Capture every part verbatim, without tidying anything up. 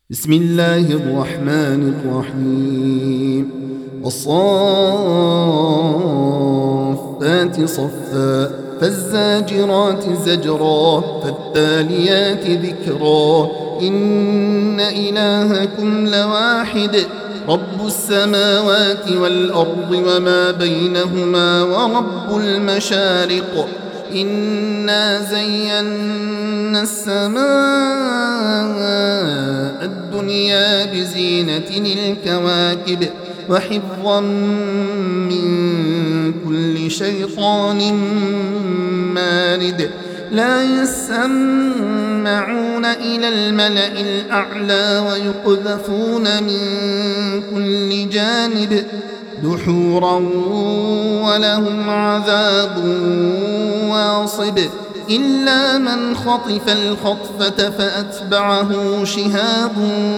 بسم الله الرحمن الرحيم والصافات صفا فالزاجرات زجرا فالتاليات ذكرا إن إلهكم لواحد رب السماوات والأرض وما بينهما ورب المشارق إنا زينا السماء الدنيا بزينة الكواكب وحفظا من كل شيطان مارد لا يسمعون إلى الملأ الأعلى ويقذفون من كل جانب دحورا ولهم عذاب واصب إلا من خطف الخطفة فأتبعه شهاب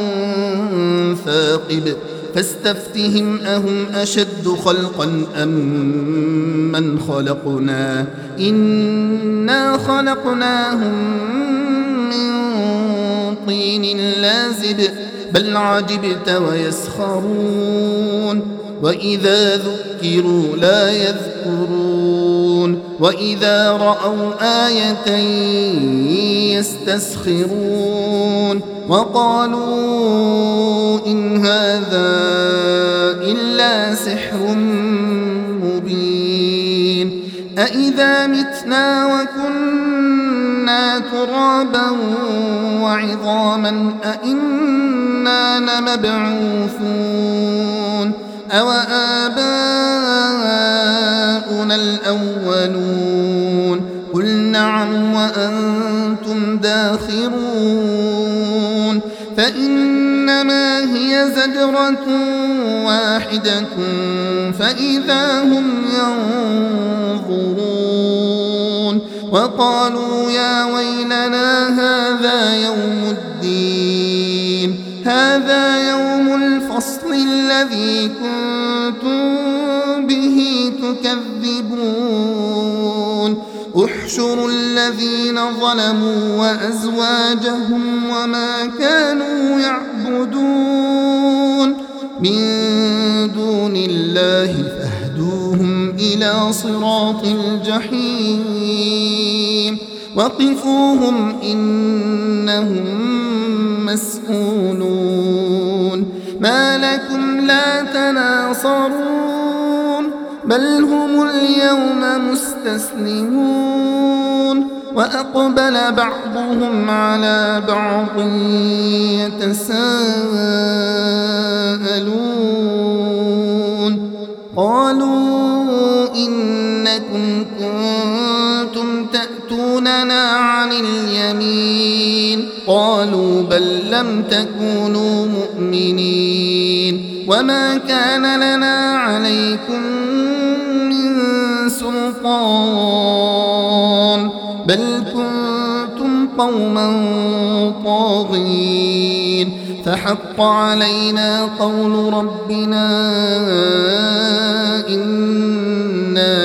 ثاقب فاستفتهم أهم أشد خلقا أم من خلقنا إنا خلقناهم من طين لازب بل عجبت ويسخرون وإذا ذكروا لا يذكرون وإذا رأوا آية يستسخرون وقالوا إن هذا إلا سحر مبين أإذا متنا وكنا ترابا وعظاما أإنا لمبعوثون أو آباؤنا الأولون قل نعم وأنتم داخرون فإنما هي زجرة واحدة فإذا هم ينظرون وقالوا يا ويلنا هذا يوم الدين هذا يوم الفصل الذي كنتم به تكذبون احشروا الذين ظلموا وأزواجهم وما كانوا يعبدون من دون الله فاهدوهم إلى صراط الجحيم وقفوهم إنهم مسؤولون ما لكم لا تناصرون بل هم اليوم مستسلمون وأقبل بعضهم على بعض يتساءلون قالوا إنكم كنتم تأتوننا عن اليمين قالوا بل لم تكونوا مؤمنين وما كان لنا عليكم من سلطان بل كنتم قوما طاغين فحق علينا قول ربنا إنا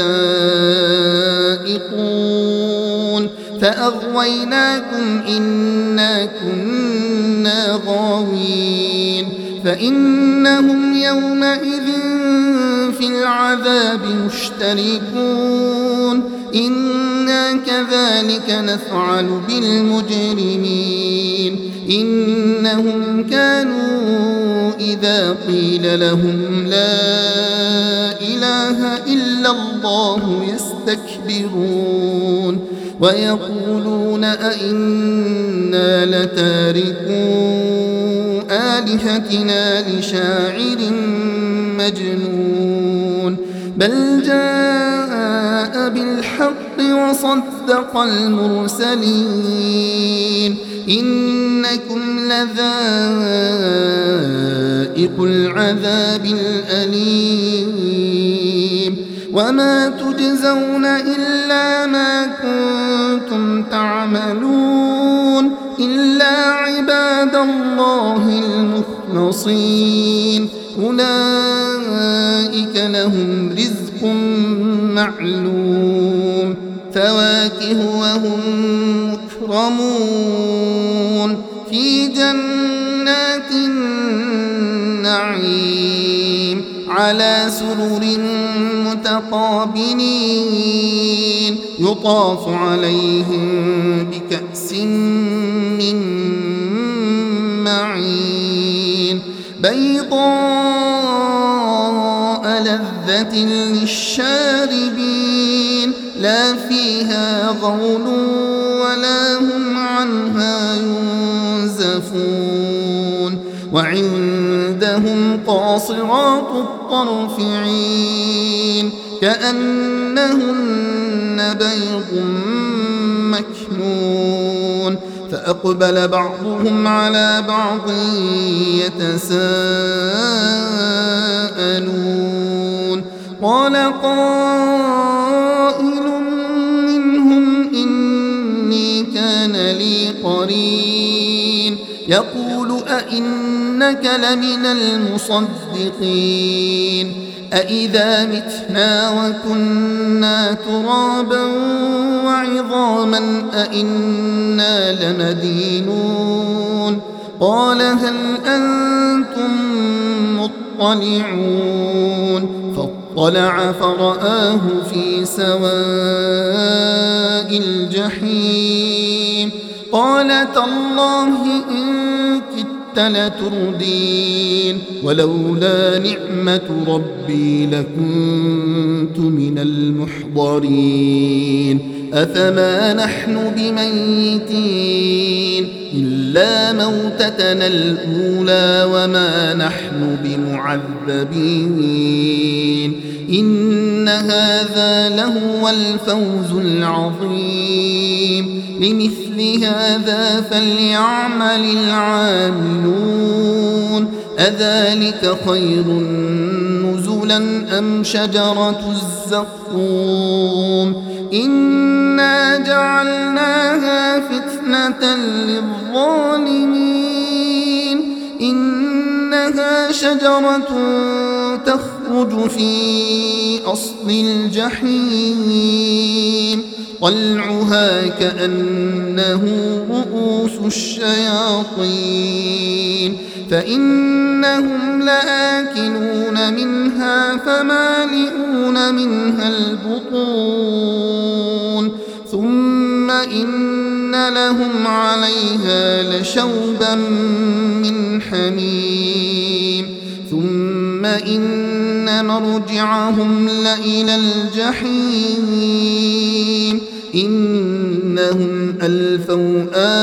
لذائقون فأغويناكم إنا كنا غاوين فإنهم يومئذ في العذاب مشتركون إنا كذلك نفعل بالمجرمين إنهم كانوا إذا قيل لهم لا إله إلا الله يستكبرون ويقولون أئنا لتاركو آلهتنا لشاعر مجنون بل جاء بالحق وصدق المرسلين إنكم لذائق العذاب الأليم وما تجزون إلا ما كنتم تعملون إلا عباد الله المخلصين أولئك لهم رزق معلوم فواكه وهم مكرمون في جنات النعيم على سرر متقابلين يطاف عليهم بكأس من معين بيضاء لذة للشاربين لا فيها غول ولا هم عنها ينزفون وعندهم قاصرات الطرف عين كأنهن بيض مكنون فأقبل بعضهم على بعض يتساءلون قال قائل منهم إني كان لي قرين يقول أئنك لمن المصدقين أئذا متنا وكنا ترابا وعظاما أئنا لمدينون قال هل أنتم مطلعون فاطلع فرآه في سواء الجحيم قال تالله إن كدت لتردين ولولا نعمة ربي لكنت من المحضرين أفما نحن بميتين إلا موتتنا الأولى وما نحن بمعذبين إن هذا لهو الفوز العظيم لمثل هذا فليعمل العاملون أذلك خير نزلا أم شجرة الزقوم إنا جعلناها فتنة للظالمين إنها شجرة تخرج في أصل الجحيم طلعها كأنه رؤوس الشياطين فإنهم لآكلون منها فمالئون منها البطون ثم إن لهم عليها لشوبا من حميم ثم إن مرجعهم لإلى الجحيم إنهم ألفوا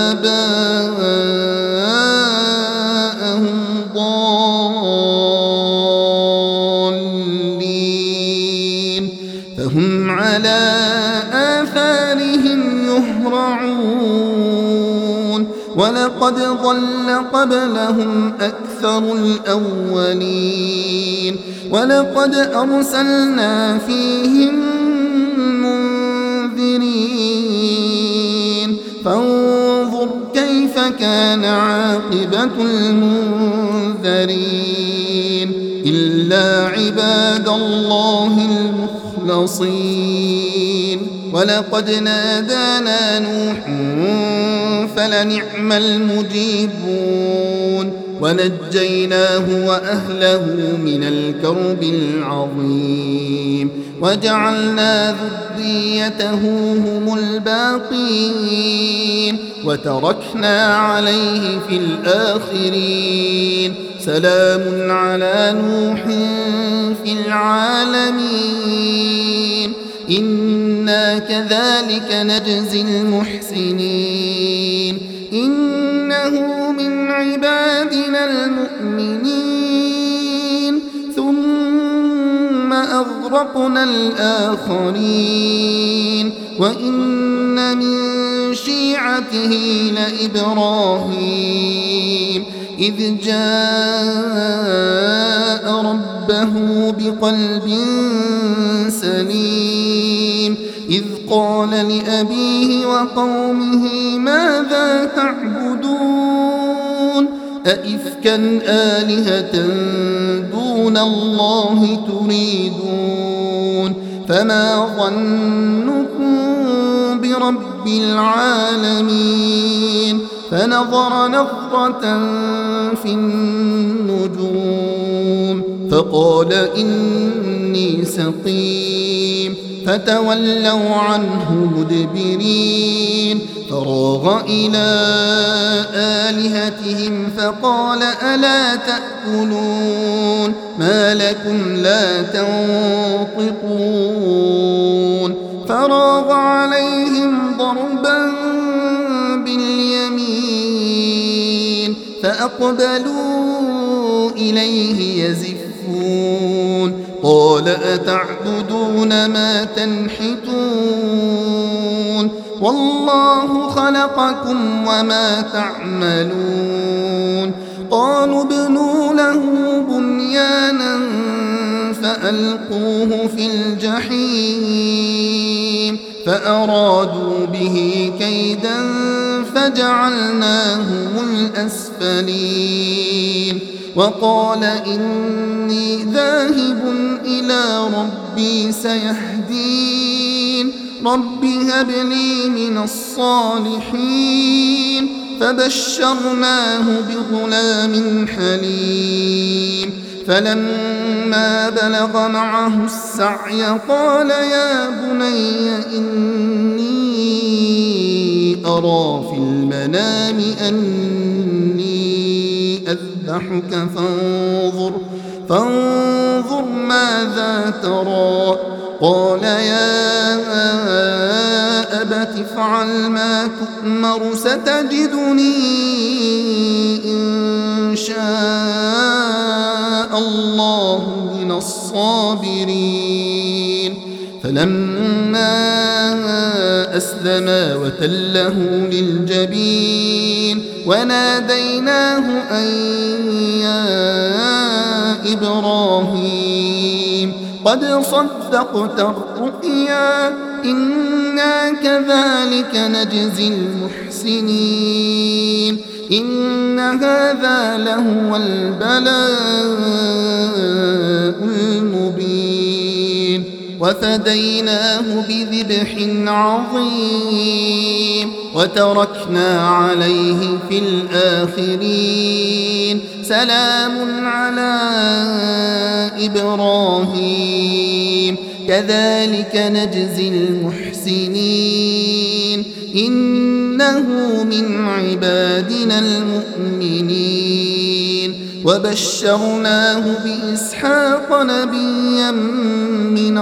آباءهم ضالين فهم على آثارهم يهرعون ولقد ضل قبلهم أكثر الأولين ولقد أرسلنا فيهم منذرين فانظر كيف كان عاقبة المنذرين إلا عباد الله المخلصين ولقد نادانا نوح فلنعم المجيبون ونجيناه وأهله من الكرب العظيم وجعلنا ذريته هم الباقين وتركنا عليه في الآخرين سلام على نوح في العالمين إنا كذلك نجزي المحسنين إنه من عبادنا المؤمنين ثم أغرقنا الآخرين وإن من شيعته لإبراهيم إذ جاء ربه بقلب سليم إذ قال لأبيه وقومه ماذا تعبدون أئفكا آلهة دون الله تريدون فما ظنكم رب العالمين. فنظر نظرة في النجوم فقال إني سقيم، فتولوا عنه مدبرين. فراغ إلى آلهتهم فقال ألا تأكلون ما لكم لا تنطقون. فراغ عليهم ضربا باليمين فأقبلوا إليه يزفون. قال أتعبدون ما تنحتون والله خلقكم وما تعملون. قالوا ابنوا له بنيانا فألقوه في الجحيم فأرادوا به كيدا فجعلناهم الأسفلين. وقال إني ذاهب إلى ربي سيهدين. رب هب لي من الصالحين. فبشرناه بغلام حليم. فلما بلغ معه السعي قال يا بني إني أرى في المنام أني أذبحك فانظر, فانظر ماذا ترى. قال يا أبت افعل ما تؤمر ستجدني إن شاء الله من الصابرين. فلما أسلما وتله للجبين وناديناه أن يا إبراهيم قد صدقت الرؤيا إنا كذلك نجزي المحسنين. إن هذا لهو البلاء المبين. وفديناه بذبح عظيم وتركنا عليه في الآخرين. سلام على إبراهيم كذلك نجزي المحسنين. إنه من عبادنا المؤمنين. وبشرناه بإسحاق نبيا من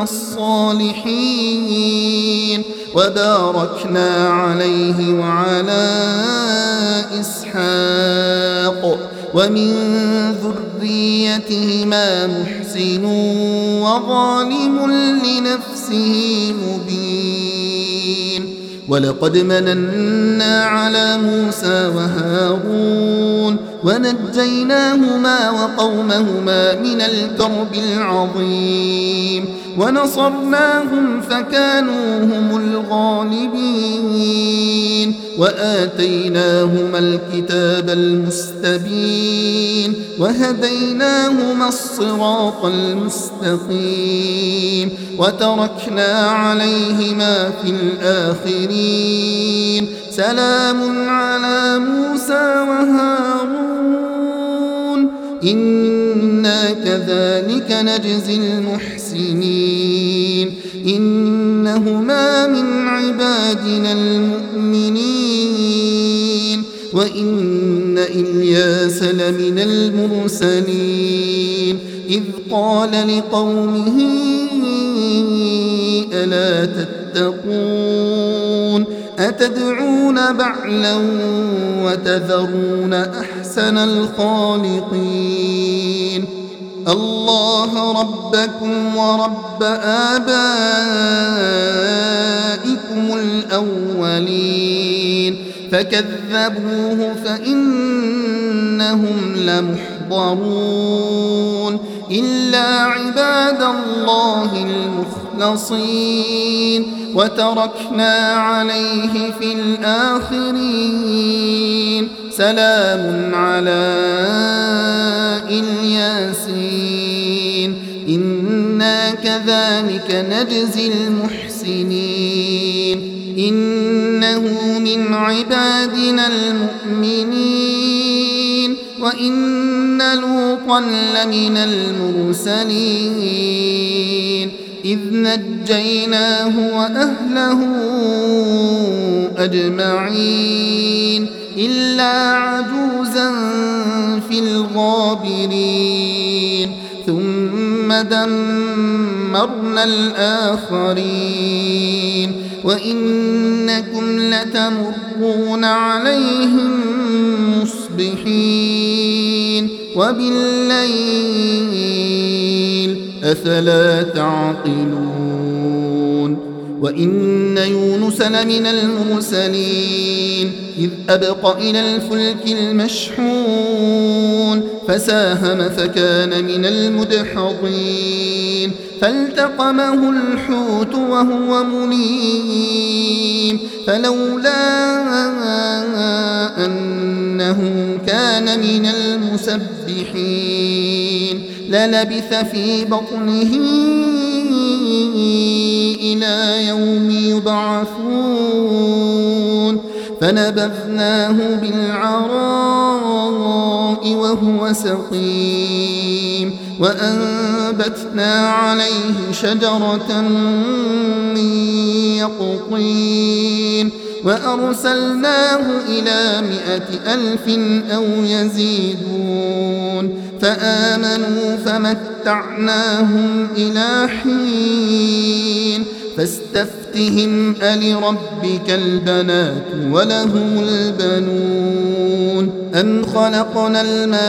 الصالحين. وباركنا عليه وعلى إسحاق ومن ذريتهما محسن وظالم لنفسه مبين. ولقد مننا على موسى وهارون ونجيناهما وقومهما من الكرب العظيم. ونصرناهم فكانوا هم الغالبين. وآتيناهما الكتاب المستبين وهديناهما الصراط المستقيم. وتركنا عليهما في الآخرين. سلام على موسى وهارون إنا كذلك نجزي المحسنين. إنهما من عبادنا المؤمنين. وإن إلياس لمن المرسلين. إذ قال لقومه ألا تتقون أتدعون بعلا وتذرون أحسن الخالقين. الله ربكم ورب آبائكم الأولين. فكذبوه فإنهم لمحضرون إلا عباد الله المخلصين. وتركنا عليه في الآخرين. سلام على الياسين إنا كذلك نجزي المحسنين. إن من عبادنا المؤمنين وإن لوطا لمن المرسلين إذ نجيناه وأهله أجمعين إلا عجوزا في الغابرين ثم دمرنا الآخرين وإنكم لتمرون عليهم مصبحين وبالليل أفلا تعقلون وإن يونس لمن المرسلين إذ أبق إلى الفلك المشحون فساهم فكان من المدحضين فالتقمه الحوت وهو مليم فلولا أنه كان من المسبحين للبث في بطنه إلى يوم يبعثون فنبذناه بالعراء وهو سقيم وأنبتنا عليه شجرة من يقطين وأرسلناه إلى مائة ألف أو يزيدون فآمنوا فمتعناهم إلى حين فاستفتهم ألربك البنات ولهم البنون أم خلقنا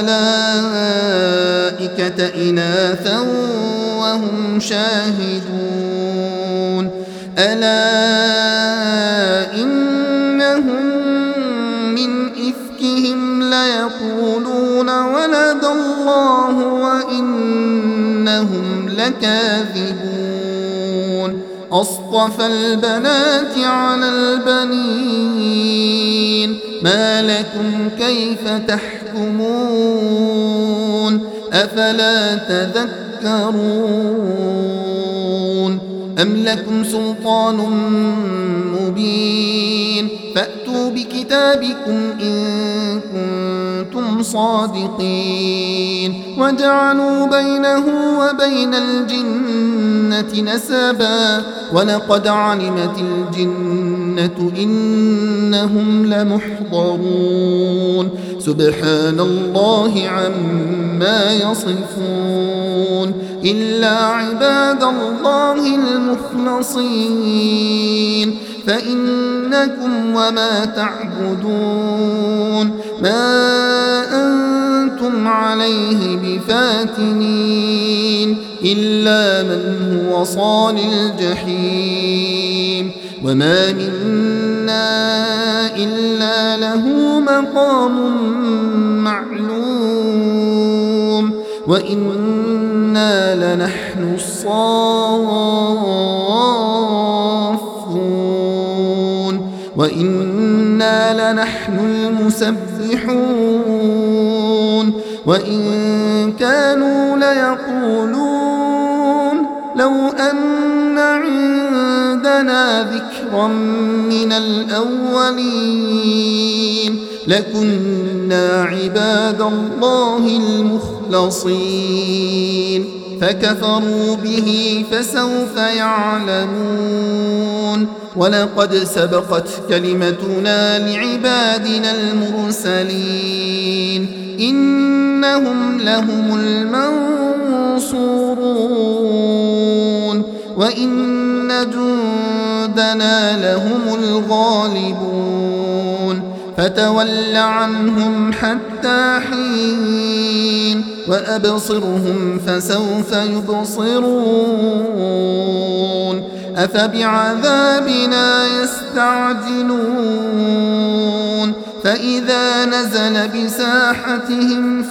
الملائكة إناثا وهم شاهدون ألا إنهم من إفكهم ليقولون ولد الله وإنهم لكاذبون أصطفى البنات على البنين ما لكم كيف تحكمون أفلا تذكرون أم لكم سلطان مبين فأتوا بكتابكم إن كنتم صادقين وجعلوا بينه وبين الجنة نسبا ولقد علمت الجنة إنهم لمحضرون سبحان الله عما يصفون إلا عباد الله المخلصين فإنكم وما تعبدون ما أنتم عليه بفاتنين إلا من هو صال الجحيم وما منا إلا له مقام معلوم وإنا لنحن الصافون وإنا لنحن المسبحون وإن كانوا ليقولون لو أن عندنا ذكرا من الأولين لكنا عباد الله المخلصين فكفروا به فسوف يعلمون ولقد سبقت كلمتنا لعبادنا المرسلين إنهم لهم المنصورون وإن جندنا لهم الغالبون فتول عنهم حتى حين وأبصرهم فسوف يبصرون أفبعذابنا يستعجلون فإذا نزل بساحتهم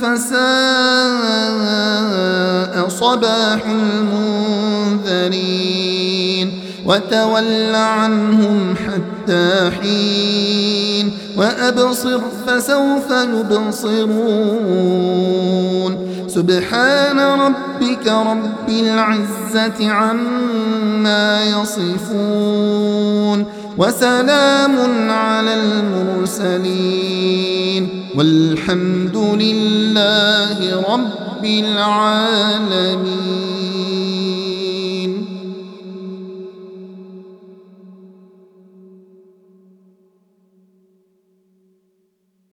فساء صباح المنذرين وتول عنهم حتى حين وأبصر فسوف يبصرون سبحان ربك رب العزة عما يصفون وسلام على المرسلين والحمد لله رب العالمين.